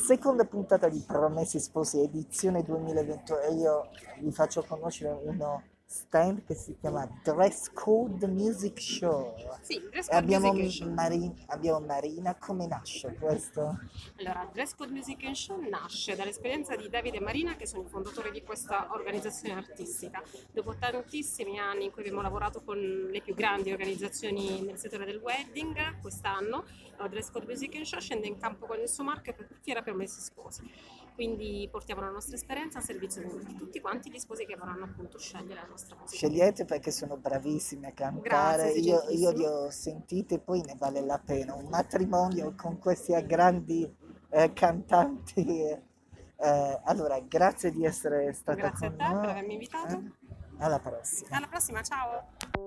seconda puntata di Promessi Sposi, edizione 2021, e io vi faccio conoscere uno stand che si chiama Dress Code Music Show. Sì, Dress E Code abbiamo Music Show. abbiamo Marina. Come nasce questo? Allora, Dress Code Music Show nasce dall'esperienza di Davide e Marina, che sono i fondatori di questa organizzazione artistica. Dopo tantissimi anni in cui abbiamo lavorato con le più grandi organizzazioni nel settore del wedding, quest'anno Dress Code Music Show scende in campo con il suo marchio per Fiera Promessi Sposi. Quindi portiamo la nostra esperienza a servizio di tutti quanti gli sposi che vorranno appunto scegliere la nostra musica. Scegliete perché sono bravissimi a cantare. Grazie, sei io gentilissimo. li ho sentiti, poi ne vale la pena. Un matrimonio con questi grandi cantanti. Allora, grazie di essere stata Grazie a con te per noi. avermi invitato. Alla prossima. Alla prossima, ciao!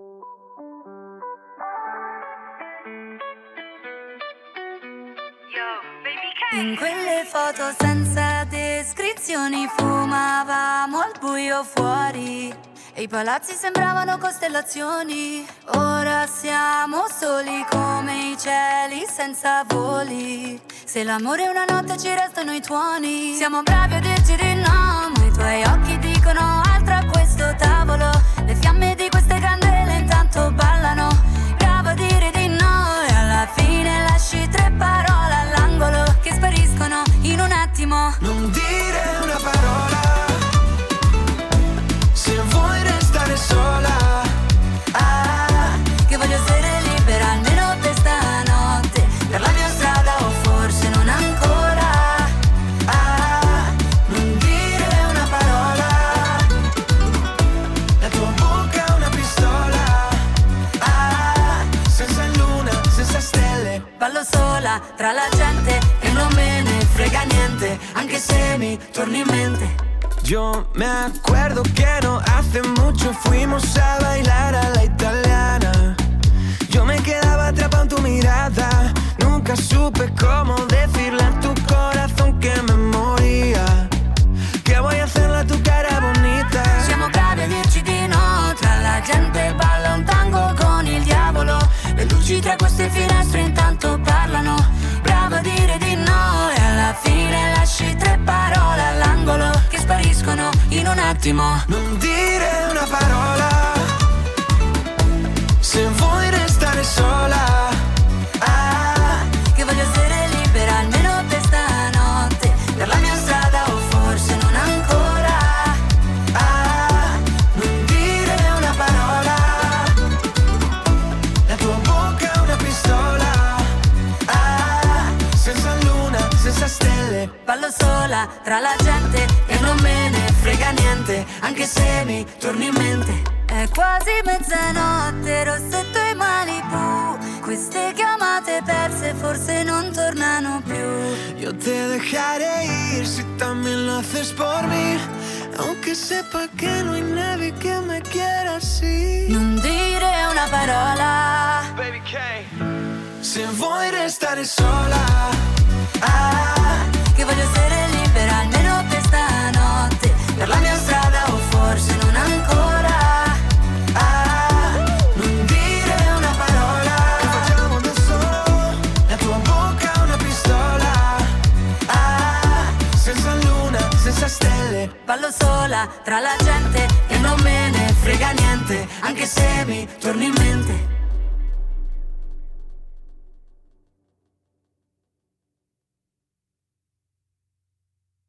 In quelle foto senza descrizioni fumavamo al buio fuori e i palazzi sembravano costellazioni. Ora siamo soli come i cieli senza voli. Se l'amore è una notte ci restano i tuoni. Siamo bravi a dirci di no, ma i tuoi occhi dicono altro a questo tavolo. Le fiamme di queste candele intanto ballano. Bravo a dire di no e alla fine lasci tre parole all'angolo che spariscono in un attimo. Non dire una parola se vuoi restare sola. Che voglio essere libera almeno per stanotte, per la mia strada o forse non ancora. Non dire una parola, la tua bocca è una pistola. Senza luna, senza stelle. Ballo sola tra la gente e non me ne frega niente, anche se mi torni in mente. Yo me acuerdo que no hace mucho fuimos a bailar a la italiana. Yo me quedaba atrapado en tu mirada, nunca supe cómo decirle a tu corazón que me moría. Que voy a hacerle a tu cara bonita. Siamo bravi a dirci di no, tra la gente balla un tango con il diavolo. Le luci tra queste finestre intanto parlano. Bravo a dire di no e alla fine lasci tre parole all'angolo che spariscono in un attimo. Non dire una parola se vuoi restare sola. Che voglio essere libera almeno per stanotte, per la mia strada o forse non ancora. Non dire una parola, la tua bocca è una pistola. Senza luna, senza stelle. Ballo sola tra la gente e non me ne frega niente, anche se mi torni in mente. È quasi mezzanotte, Rossetto e Malibu. Queste chiamate perse forse non tornano più. Yo te dejaré ir si también lo haces por mí, aunque sepa que no hay nadie que me quiera así. Non dire una parola. Baby K, se vuoi restare sola. Che voglio essere libera almeno per stanotte, per la mia strada o forse non ancora. Non dire una parola, che facciamo adesso? La tua bocca è una pistola. Senza luna, senza stelle. Ballo sola tra la gente e non me ne frega niente, anche se mi torni in mente.